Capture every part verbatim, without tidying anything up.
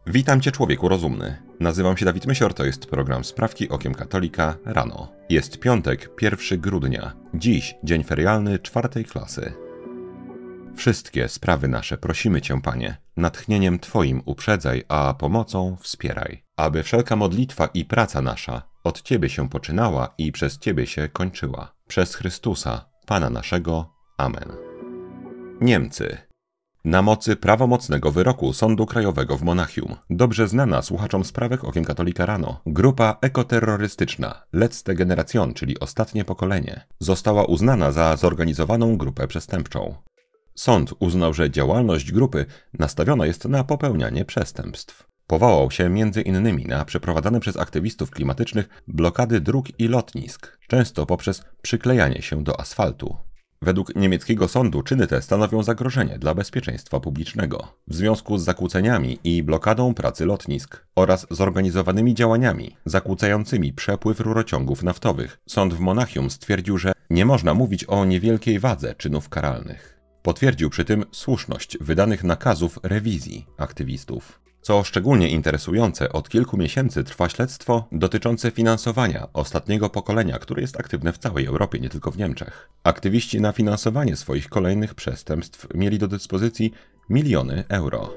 Witam Cię, człowieku rozumny. Nazywam się Dawid Mysior, to jest program Sprawki Okiem Katolika rano. Jest piątek, pierwszego grudnia. Dziś dzień ferialny czwartej klasy. Wszystkie sprawy nasze prosimy Cię, Panie, natchnieniem Twoim uprzedzaj, a pomocą wspieraj. Aby wszelka modlitwa i praca nasza od Ciebie się poczynała i przez Ciebie się kończyła. Przez Chrystusa, Pana naszego. Amen. Niemcy. Na mocy prawomocnego wyroku Sądu Krajowego w Monachium, dobrze znana słuchaczom Sprawek Okiem Katolika rano, grupa ekoterrorystyczna Letzte Generation, czyli Ostatnie Pokolenie, została uznana za zorganizowaną grupę przestępczą. Sąd uznał, że działalność grupy nastawiona jest na popełnianie przestępstw. Powołał się między innymi na przeprowadzane przez aktywistów klimatycznych blokady dróg i lotnisk, często poprzez przyklejanie się do asfaltu. Według niemieckiego sądu czyny te stanowią zagrożenie dla bezpieczeństwa publicznego. W związku z zakłóceniami i blokadą pracy lotnisk oraz zorganizowanymi działaniami zakłócającymi przepływ rurociągów naftowych, sąd w Monachium stwierdził, że nie można mówić o niewielkiej wadze czynów karalnych. Potwierdził przy tym słuszność wydanych nakazów rewizji aktywistów. Co szczególnie interesujące, od kilku miesięcy trwa śledztwo dotyczące finansowania ostatniego pokolenia, które jest aktywne w całej Europie, nie tylko w Niemczech. Aktywiści na finansowanie swoich kolejnych przestępstw mieli do dyspozycji miliony euro.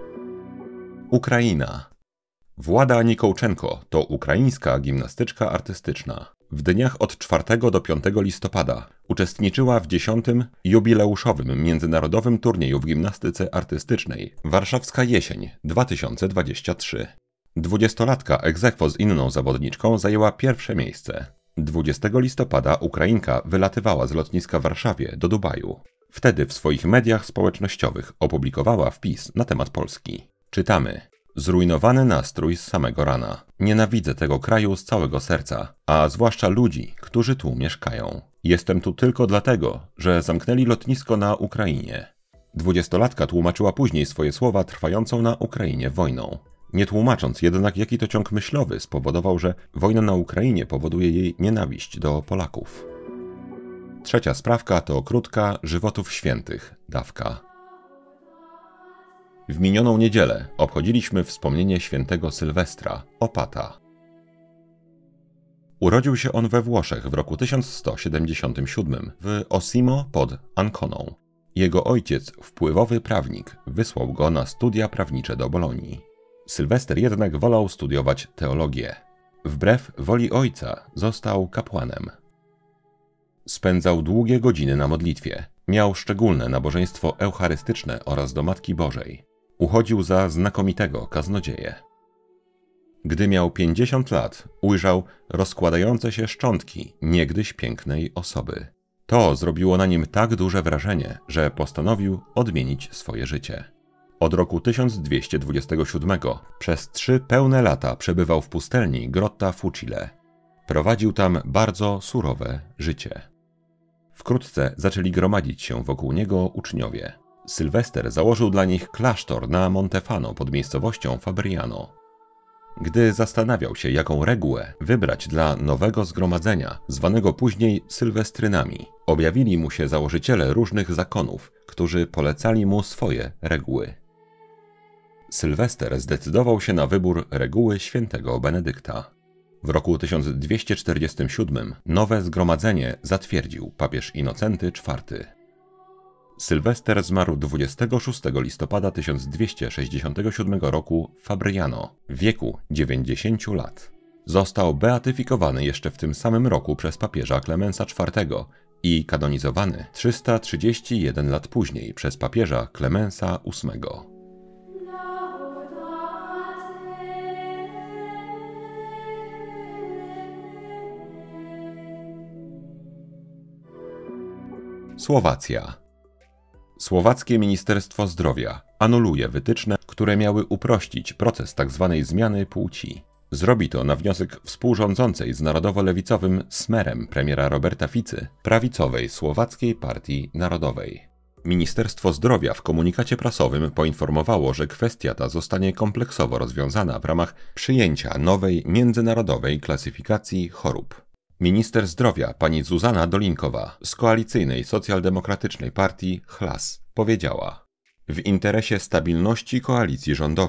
Ukraina. Włada Nikołczenko to ukraińska gimnastyczka artystyczna. W dniach od czwartego do piątego listopada uczestniczyła w dziesiątym jubileuszowym międzynarodowym turnieju w gimnastyce artystycznej Warszawska Jesień dwa tysiące dwudziesty trzeci. Dwudziestolatka ex aequo z inną zawodniczką zajęła pierwsze miejsce. dwudziestego listopada Ukrainka wylatywała z lotniska w Warszawie do Dubaju. Wtedy w swoich mediach społecznościowych opublikowała wpis na temat Polski. Czytamy: zrujnowany nastrój z samego rana. Nienawidzę tego kraju z całego serca, a zwłaszcza ludzi, którzy tu mieszkają. Jestem tu tylko dlatego, że zamknęli lotnisko na Ukrainie. Dwudziestolatka tłumaczyła później swoje słowa trwającą na Ukrainie wojną. Nie tłumacząc jednak, jaki to ciąg myślowy spowodował, że wojna na Ukrainie powoduje jej nienawiść do Polaków. Trzecia sprawka to krótka żywotów świętych dawka. W minioną niedzielę obchodziliśmy wspomnienie świętego Sylwestra, opata. Urodził się on we Włoszech w roku tysiąc sto siedemdziesiątym siódmym w Osimo pod Anconą. Jego ojciec, wpływowy prawnik, wysłał go na studia prawnicze do Bolonii. Sylwester jednak wolał studiować teologię. Wbrew woli ojca został kapłanem. Spędzał długie godziny na modlitwie. Miał szczególne nabożeństwo eucharystyczne oraz do Matki Bożej. Uchodził za znakomitego kaznodzieję. Gdy miał pięćdziesiąt lat, ujrzał rozkładające się szczątki niegdyś pięknej osoby. To zrobiło na nim tak duże wrażenie, że postanowił odmienić swoje życie. Od roku tysiąc dwieście dwudziestego siódmego przez trzy pełne lata przebywał w pustelni Grotta Fucile. Prowadził tam bardzo surowe życie. Wkrótce zaczęli gromadzić się wokół niego uczniowie. Sylwester założył dla nich klasztor na Montefano pod miejscowością Fabriano. Gdy zastanawiał się, jaką regułę wybrać dla nowego zgromadzenia, zwanego później Sylwestrynami, objawili mu się założyciele różnych zakonów, którzy polecali mu swoje reguły. Sylwester zdecydował się na wybór reguły świętego Benedykta. W roku tysiąc dwieście czterdziestym siódmym nowe zgromadzenie zatwierdził papież Inocenty czwarty. Sylwester zmarł dwudziestego szóstego listopada tysiąc dwieście sześćdziesiątego siódmego roku w Fabriano w wieku dziewięćdziesięciu lat. Został beatyfikowany jeszcze w tym samym roku przez papieża Klemensa czwartego i kanonizowany trzysta trzydzieści jeden lat później przez papieża Klemensa ósmego. Słowacja. Słowackie Ministerstwo Zdrowia anuluje wytyczne, które miały uprościć proces tzw. zmiany płci. Zrobi to na wniosek współrządzącej z narodowo-lewicowym Smerem premiera Roberta Ficy prawicowej Słowackiej Partii Narodowej. Ministerstwo Zdrowia w komunikacie prasowym poinformowało, że kwestia ta zostanie kompleksowo rozwiązana w ramach przyjęcia nowej międzynarodowej klasyfikacji chorób. Minister zdrowia pani Zuzana Dolinkowa z koalicyjnej socjaldemokratycznej partii Hlas powiedziała: w interesie stabilności koalicji rządowej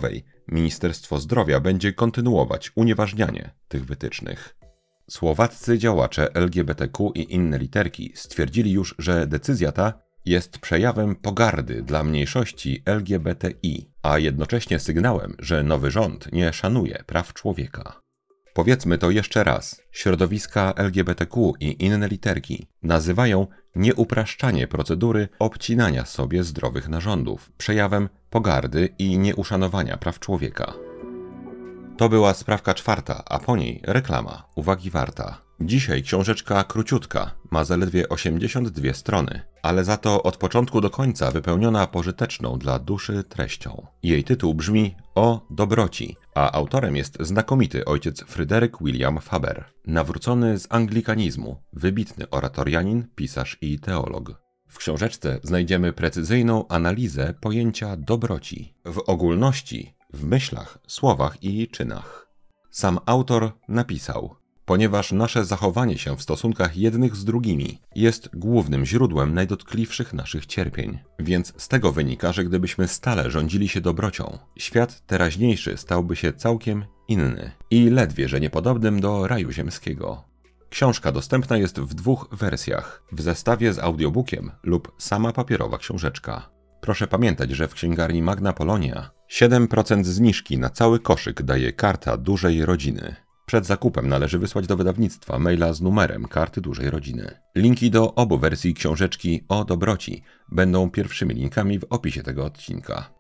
Ministerstwo Zdrowia będzie kontynuować unieważnianie tych wytycznych. Słowaccy działacze L G B T Q i inne literki stwierdzili już, że decyzja ta jest przejawem pogardy dla mniejszości L G B T I, a jednocześnie sygnałem, że nowy rząd nie szanuje praw człowieka. Powiedzmy to jeszcze raz. Środowiska L G B T Q i inne literki nazywają nieupraszczanie procedury obcinania sobie zdrowych narządów przejawem pogardy i nieuszanowania praw człowieka. To była sprawka czwarta, a po niej reklama. Uwagi warta. Dzisiaj książeczka króciutka, ma zaledwie osiemdziesiąt dwie strony, ale za to od początku do końca wypełniona pożyteczną dla duszy treścią. Jej tytuł brzmi O dobroci, a autorem jest znakomity ojciec Fryderyk William Faber, nawrócony z anglikanizmu, wybitny oratorianin, pisarz i teolog. W książeczce znajdziemy precyzyjną analizę pojęcia dobroci w ogólności, w myślach, słowach i czynach. Sam autor napisał: ponieważ nasze zachowanie się w stosunkach jednych z drugimi jest głównym źródłem najdotkliwszych naszych cierpień. Więc z tego wynika, że gdybyśmy stale rządzili się dobrocią, świat teraźniejszy stałby się całkiem inny i ledwie, że niepodobnym do raju ziemskiego. Książka dostępna jest w dwóch wersjach, w zestawie z audiobookiem lub sama papierowa książeczka. Proszę pamiętać, że w księgarni Magna Polonia siedem procent zniżki na cały koszyk daje Karta Dużej Rodziny. Przed zakupem należy wysłać do wydawnictwa maila z numerem Karty Dużej Rodziny. Linki do obu wersji książeczki O dobroci będą pierwszymi linkami w opisie tego odcinka.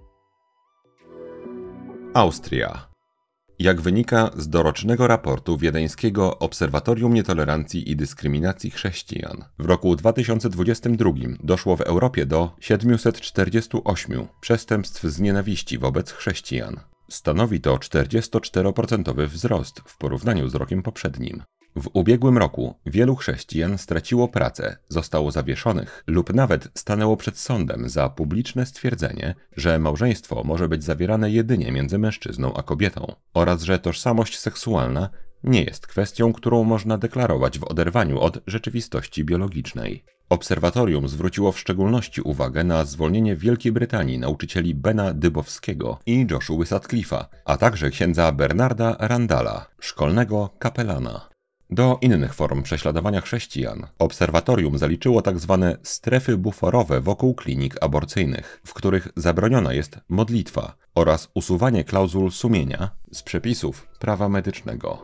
Austria. Jak wynika z dorocznego raportu wiedeńskiego Obserwatorium Nietolerancji i Dyskryminacji Chrześcijan, w roku dwa tysiące dwudziestym drugim doszło w Europie do siedmiuset czterdziestu ośmiu przestępstw z nienawiści wobec chrześcijan. Stanowi to czterdziestoczteroprocentowy wzrost w porównaniu z rokiem poprzednim. W ubiegłym roku wielu chrześcijan straciło pracę, zostało zawieszonych lub nawet stanęło przed sądem za publiczne stwierdzenie, że małżeństwo może być zawierane jedynie między mężczyzną a kobietą oraz że tożsamość seksualna nie jest kwestią, którą można deklarować w oderwaniu od rzeczywistości biologicznej. Obserwatorium zwróciło w szczególności uwagę na zwolnienie w Wielkiej Brytanii nauczycieli Bena Dybowskiego i Joshua Sutcliffe'a, a także księdza Bernarda Randala, szkolnego kapelana. Do innych form prześladowania chrześcijan obserwatorium zaliczyło tzw. strefy buforowe wokół klinik aborcyjnych, w których zabroniona jest modlitwa oraz usuwanie klauzul sumienia z przepisów prawa medycznego.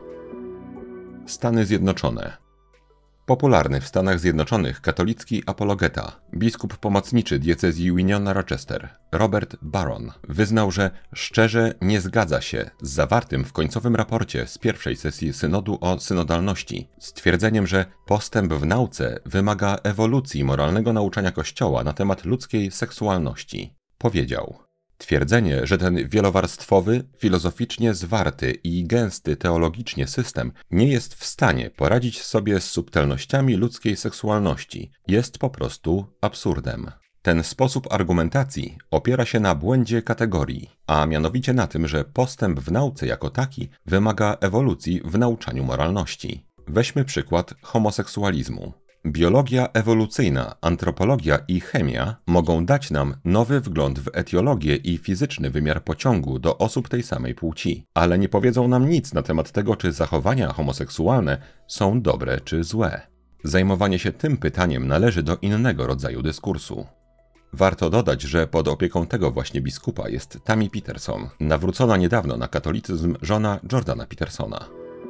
Stany Zjednoczone. Popularny w Stanach Zjednoczonych katolicki apologeta, biskup pomocniczy diecezji Winona-Rochester, Robert Barron, wyznał, że szczerze nie zgadza się z zawartym w końcowym raporcie z pierwszej sesji synodu o synodalności, stwierdzeniem, że postęp w nauce wymaga ewolucji moralnego nauczania Kościoła na temat ludzkiej seksualności. Powiedział: twierdzenie, że ten wielowarstwowy, filozoficznie zwarty i gęsty teologicznie system nie jest w stanie poradzić sobie z subtelnościami ludzkiej seksualności, jest po prostu absurdem. Ten sposób argumentacji opiera się na błędzie kategorii, a mianowicie na tym, że postęp w nauce jako taki wymaga ewolucji w nauczaniu moralności. Weźmy przykład homoseksualizmu. Biologia ewolucyjna, antropologia i chemia mogą dać nam nowy wgląd w etiologię i fizyczny wymiar pociągu do osób tej samej płci, ale nie powiedzą nam nic na temat tego, czy zachowania homoseksualne są dobre czy złe. Zajmowanie się tym pytaniem należy do innego rodzaju dyskursu. Warto dodać, że pod opieką tego właśnie biskupa jest Tammy Peterson, nawrócona niedawno na katolicyzm żona Jordana Petersona.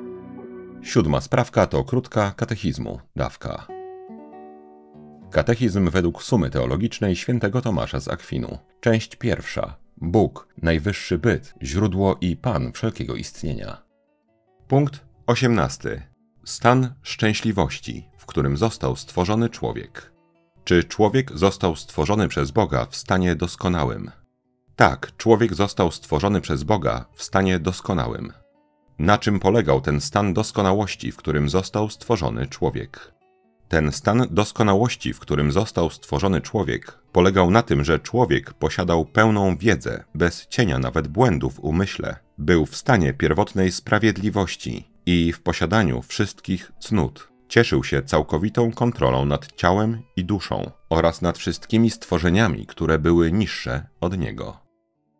Siódma sprawka to krótka katechizmu, dawka. Katechizm według sumy teologicznej świętego Tomasza z Akwinu. Część pierwsza. Bóg, najwyższy byt, źródło i Pan wszelkiego istnienia. Punkt osiemnasty. Stan szczęśliwości, w którym został stworzony człowiek. Czy człowiek został stworzony przez Boga w stanie doskonałym? Tak, człowiek został stworzony przez Boga w stanie doskonałym. Na czym polegał ten stan doskonałości, w którym został stworzony człowiek? Ten stan doskonałości, w którym został stworzony człowiek, polegał na tym, że człowiek posiadał pełną wiedzę, bez cienia nawet błędu w umyśle, był w stanie pierwotnej sprawiedliwości i w posiadaniu wszystkich cnót. Cieszył się całkowitą kontrolą nad ciałem i duszą oraz nad wszystkimi stworzeniami, które były niższe od niego.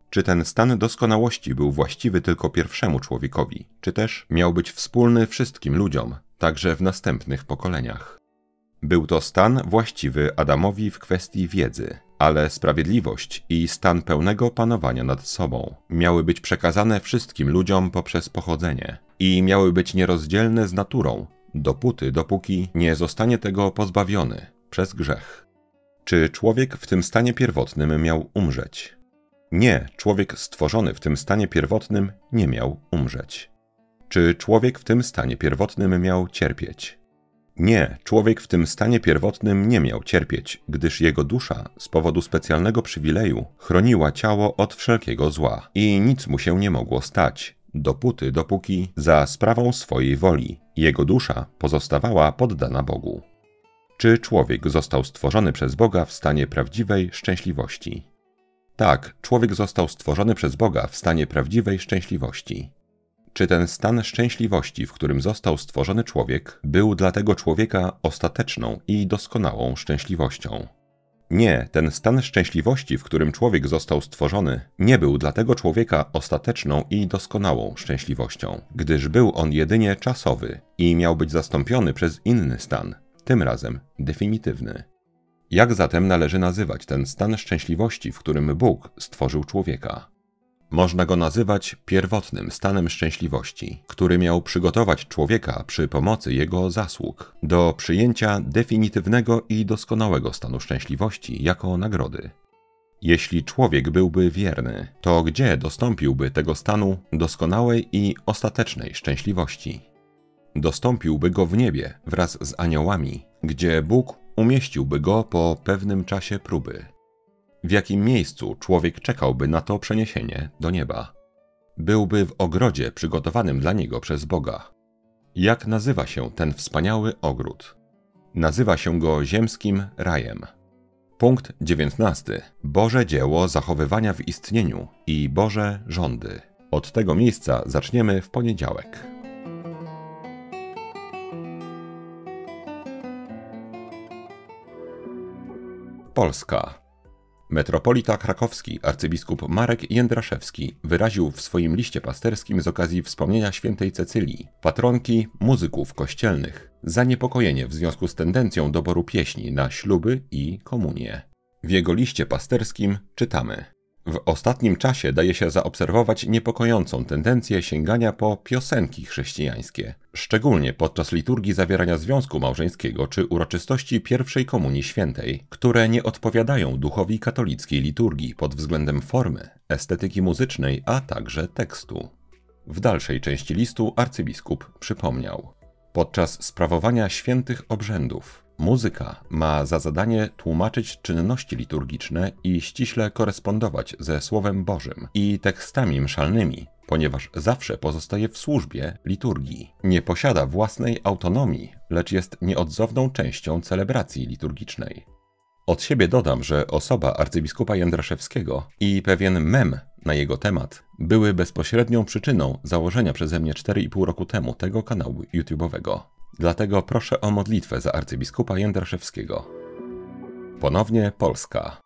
Czy ten stan doskonałości był właściwy tylko pierwszemu człowiekowi, czy też miał być wspólny wszystkim ludziom, także w następnych pokoleniach? Był to stan właściwy Adamowi w kwestii wiedzy, ale sprawiedliwość i stan pełnego panowania nad sobą miały być przekazane wszystkim ludziom poprzez pochodzenie i miały być nierozdzielne z naturą, dopóty, dopóki nie zostanie tego pozbawiony przez grzech. Czy człowiek w tym stanie pierwotnym miał umrzeć? Nie, człowiek stworzony w tym stanie pierwotnym nie miał umrzeć. Czy człowiek w tym stanie pierwotnym miał cierpieć? Nie, człowiek w tym stanie pierwotnym nie miał cierpieć, gdyż jego dusza z powodu specjalnego przywileju chroniła ciało od wszelkiego zła i nic mu się nie mogło stać, dopóty, dopóki za sprawą swojej woli jego dusza pozostawała poddana Bogu. Czy człowiek został stworzony przez Boga w stanie prawdziwej szczęśliwości? Tak, człowiek został stworzony przez Boga w stanie prawdziwej szczęśliwości. Czy ten stan szczęśliwości, w którym został stworzony człowiek, był dla tego człowieka ostateczną i doskonałą szczęśliwością? Nie, ten stan szczęśliwości, w którym człowiek został stworzony, nie był dla tego człowieka ostateczną i doskonałą szczęśliwością, gdyż był on jedynie czasowy i miał być zastąpiony przez inny stan, tym razem definitywny. Jak zatem należy nazywać ten stan szczęśliwości, w którym Bóg stworzył człowieka? Można go nazywać pierwotnym stanem szczęśliwości, który miał przygotować człowieka przy pomocy jego zasług do przyjęcia definitywnego i doskonałego stanu szczęśliwości jako nagrody. Jeśli człowiek byłby wierny, to gdzie dostąpiłby tego stanu doskonałej i ostatecznej szczęśliwości? Dostąpiłby go w niebie wraz z aniołami, gdzie Bóg umieściłby go po pewnym czasie próby. W jakim miejscu człowiek czekałby na to przeniesienie do nieba? Byłby w ogrodzie przygotowanym dla niego przez Boga. Jak nazywa się ten wspaniały ogród? Nazywa się go ziemskim rajem. Punkt dziewiętnasty. Boże dzieło zachowywania w istnieniu i Boże rządy. Od tego miejsca zaczniemy w poniedziałek. Polska. Metropolita krakowski, arcybiskup Marek Jędraszewski, wyraził w swoim liście pasterskim z okazji wspomnienia świętej Cecylii, patronki muzyków kościelnych, zaniepokojenie w związku z tendencją doboru pieśni na śluby i komunie. W jego liście pasterskim czytamy: w ostatnim czasie daje się zaobserwować niepokojącą tendencję sięgania po piosenki chrześcijańskie, szczególnie podczas liturgii zawierania związku małżeńskiego czy uroczystości pierwszej komunii świętej, które nie odpowiadają duchowi katolickiej liturgii pod względem formy, estetyki muzycznej, a także tekstu. W dalszej części listu arcybiskup przypomniał: podczas sprawowania świętych obrzędów muzyka ma za zadanie tłumaczyć czynności liturgiczne i ściśle korespondować ze Słowem Bożym i tekstami mszalnymi, ponieważ zawsze pozostaje w służbie liturgii. Nie posiada własnej autonomii, lecz jest nieodzowną częścią celebracji liturgicznej. Od siebie dodam, że osoba arcybiskupa Jędraszewskiego i pewien mem na jego temat były bezpośrednią przyczyną założenia przeze mnie cztery i pół roku temu tego kanału YouTube'owego. Dlatego proszę o modlitwę za arcybiskupa Jędraszewskiego. Ponownie Polska.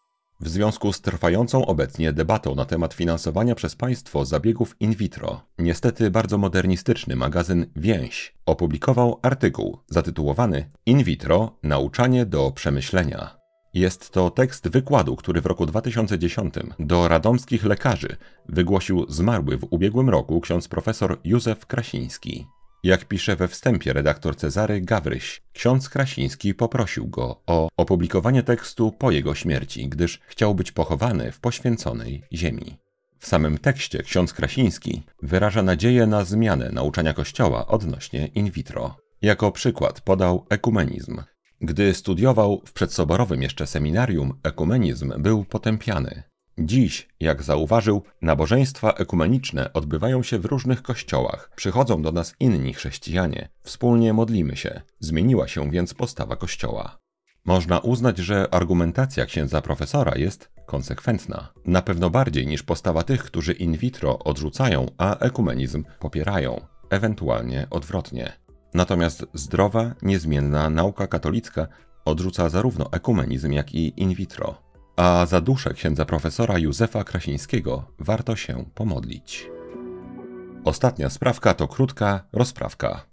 W związku z trwającą obecnie debatą na temat finansowania przez państwo zabiegów in vitro, niestety bardzo modernistyczny magazyn Więź opublikował artykuł zatytułowany In vitro – nauczanie do przemyślenia. Jest to tekst wykładu, który w roku dwa tysiące dziesiątym do radomskich lekarzy wygłosił zmarły w ubiegłym roku ksiądz profesor Józef Krasiński. Jak pisze we wstępie redaktor Cezary Gawryś, ksiądz Krasiński poprosił go o opublikowanie tekstu po jego śmierci, gdyż chciał być pochowany w poświęconej ziemi. W samym tekście ksiądz Krasiński wyraża nadzieję na zmianę nauczania Kościoła odnośnie in vitro. Jako przykład podał ekumenizm. Gdy studiował w przedsoborowym jeszcze seminarium, ekumenizm był potępiany. Dziś, jak zauważył, nabożeństwa ekumeniczne odbywają się w różnych kościołach. Przychodzą do nas inni chrześcijanie. Wspólnie modlimy się. Zmieniła się więc postawa Kościoła. Można uznać, że argumentacja księdza profesora jest konsekwentna. Na pewno bardziej niż postawa tych, którzy in vitro odrzucają, a ekumenizm popierają. Ewentualnie odwrotnie. Natomiast zdrowa, niezmienna nauka katolicka odrzuca zarówno ekumenizm, jak i in vitro. A za duszę księdza profesora Józefa Krasińskiego warto się pomodlić. Ostatnia sprawka to krótka rozprawka.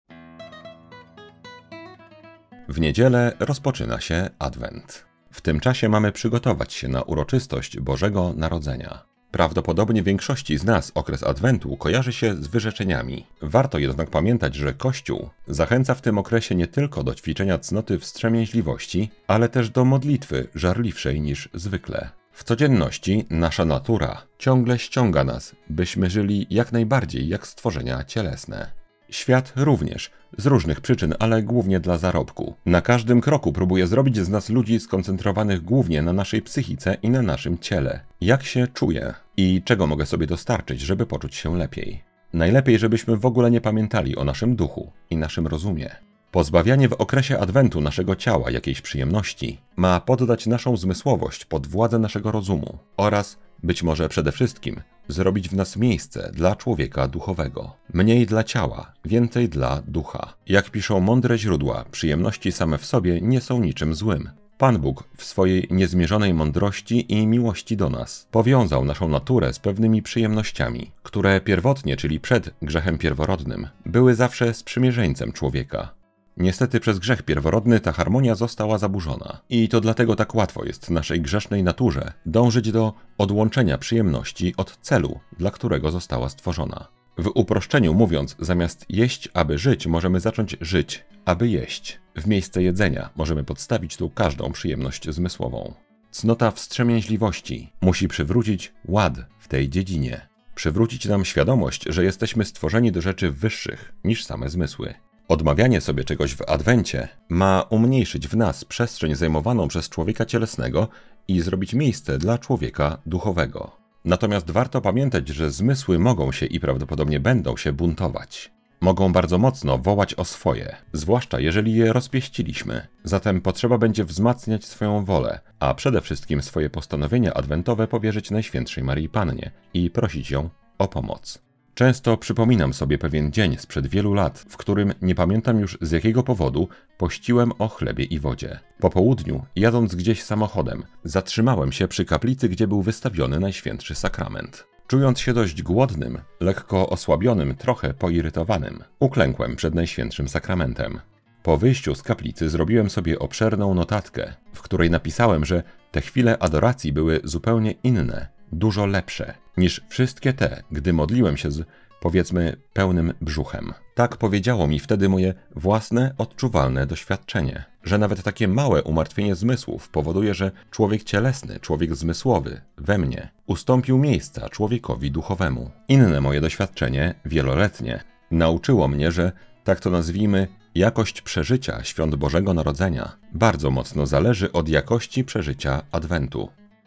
W niedzielę rozpoczyna się Adwent. W tym czasie mamy przygotować się na uroczystość Bożego Narodzenia. Prawdopodobnie większości z nas okres Adwentu kojarzy się z wyrzeczeniami. Warto jednak pamiętać, że Kościół zachęca w tym okresie nie tylko do ćwiczenia cnoty wstrzemięźliwości, ale też do modlitwy żarliwszej niż zwykle. W codzienności nasza natura ciągle ściąga nas, byśmy żyli jak najbardziej jak stworzenia cielesne. Świat również, z różnych przyczyn, ale głównie dla zarobku. Na każdym kroku próbuje zrobić z nas ludzi skoncentrowanych głównie na naszej psychice i na naszym ciele. Jak się czuję i czego mogę sobie dostarczyć, żeby poczuć się lepiej? Najlepiej, żebyśmy w ogóle nie pamiętali o naszym duchu i naszym rozumie. Pozbawianie w okresie Adwentu naszego ciała jakiejś przyjemności ma poddać naszą zmysłowość pod władzę naszego rozumu oraz, być może przede wszystkim, zrobić w nas miejsce dla człowieka duchowego. Mniej dla ciała, więcej dla ducha. Jak piszą mądre źródła, przyjemności same w sobie nie są niczym złym. Pan Bóg w swojej niezmierzonej mądrości i miłości do nas powiązał naszą naturę z pewnymi przyjemnościami, które pierwotnie, czyli przed grzechem pierworodnym, były zawsze sprzymierzeńcem człowieka. Niestety przez grzech pierworodny ta harmonia została zaburzona i to dlatego tak łatwo jest naszej grzesznej naturze dążyć do odłączenia przyjemności od celu, dla którego została stworzona. W uproszczeniu mówiąc, zamiast jeść, aby żyć, możemy zacząć żyć, aby jeść. W miejsce jedzenia możemy podstawić tu każdą przyjemność zmysłową. Cnota wstrzemięźliwości musi przywrócić ład w tej dziedzinie. Przywrócić nam świadomość, że jesteśmy stworzeni do rzeczy wyższych niż same zmysły. Odmawianie sobie czegoś w Adwencie ma umniejszyć w nas przestrzeń zajmowaną przez człowieka cielesnego i zrobić miejsce dla człowieka duchowego. Natomiast warto pamiętać, że zmysły mogą się i prawdopodobnie będą się buntować. Mogą bardzo mocno wołać o swoje, zwłaszcza jeżeli je rozpieściliśmy. Zatem potrzeba będzie wzmacniać swoją wolę, a przede wszystkim swoje postanowienia adwentowe powierzyć Najświętszej Maryi Pannie i prosić ją o pomoc. Często przypominam sobie pewien dzień sprzed wielu lat, w którym, nie pamiętam już z jakiego powodu, pościłem o chlebie i wodzie. Po południu, jadąc gdzieś samochodem, zatrzymałem się przy kaplicy, gdzie był wystawiony Najświętszy Sakrament. Czując się dość głodnym, lekko osłabionym, trochę poirytowanym, uklękłem przed Najświętszym Sakramentem. Po wyjściu z kaplicy zrobiłem sobie obszerną notatkę, w której napisałem, że te chwile adoracji były zupełnie inne, dużo lepsze niż wszystkie te, gdy modliłem się z, powiedzmy, pełnym brzuchem. Tak powiedziało mi wtedy moje własne, odczuwalne doświadczenie, że nawet takie małe umartwienie zmysłów powoduje, że człowiek cielesny, człowiek zmysłowy we mnie ustąpił miejsca człowiekowi duchowemu. Inne moje doświadczenie, wieloletnie, nauczyło mnie, że, tak to nazwijmy, jakość przeżycia świąt Bożego Narodzenia bardzo mocno zależy od jakości przeżycia Adwentu.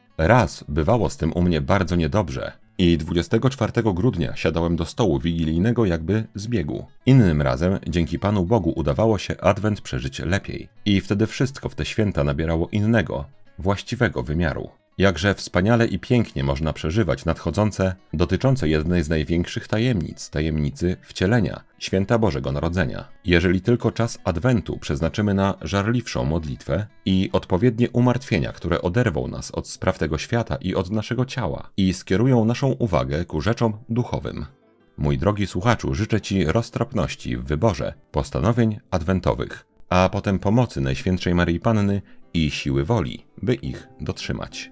Raz bywało z tym u mnie bardzo niedobrze i dwudziestego czwartego grudnia siadałem do stołu wigilijnego jakby z biegu. Innym razem, dzięki Panu Bogu, udawało się Adwent przeżyć lepiej i wtedy wszystko w te święta nabierało innego, właściwego wymiaru. Jakże wspaniale i pięknie można przeżywać nadchodzące, dotyczące jednej z największych tajemnic, tajemnicy wcielenia, święta Bożego Narodzenia. Jeżeli tylko czas Adwentu przeznaczymy na żarliwszą modlitwę i odpowiednie umartwienia, które oderwą nas od spraw tego świata i od naszego ciała i skierują naszą uwagę ku rzeczom duchowym. Mój drogi słuchaczu, życzę Ci roztropności w wyborze postanowień adwentowych, a potem pomocy Najświętszej Maryi Panny i siły woli, by ich dotrzymać.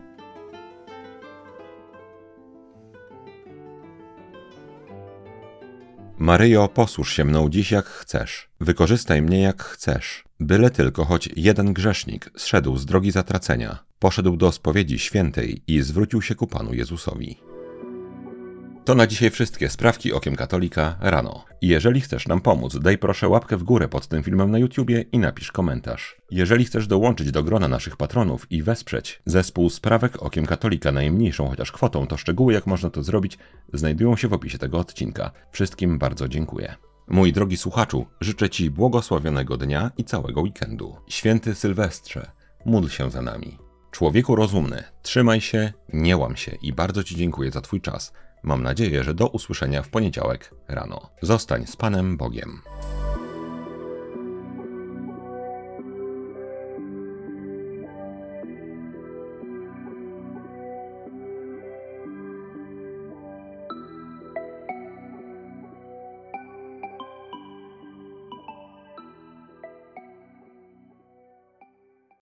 Maryjo, posłuż się mną dziś jak chcesz, wykorzystaj mnie jak chcesz, byle tylko choć jeden grzesznik zszedł z drogi zatracenia, poszedł do spowiedzi świętej i zwrócił się ku Panu Jezusowi. To na dzisiaj wszystkie sprawki Okiem Katolika rano. Jeżeli chcesz nam pomóc, daj proszę łapkę w górę pod tym filmem na YouTubie i napisz komentarz. Jeżeli chcesz dołączyć do grona naszych patronów i wesprzeć zespół Sprawek Okiem Katolika najmniejszą chociaż kwotą, to szczegóły, jak można to zrobić, znajdują się w opisie tego odcinka. Wszystkim bardzo dziękuję. Mój drogi słuchaczu, życzę Ci błogosławionego dnia i całego weekendu. Święty Sylwestrze, módl się za nami. Człowieku rozumny, trzymaj się, nie łam się i bardzo Ci dziękuję za Twój czas. Mam nadzieję, że do usłyszenia w poniedziałek rano. Zostań z Panem Bogiem.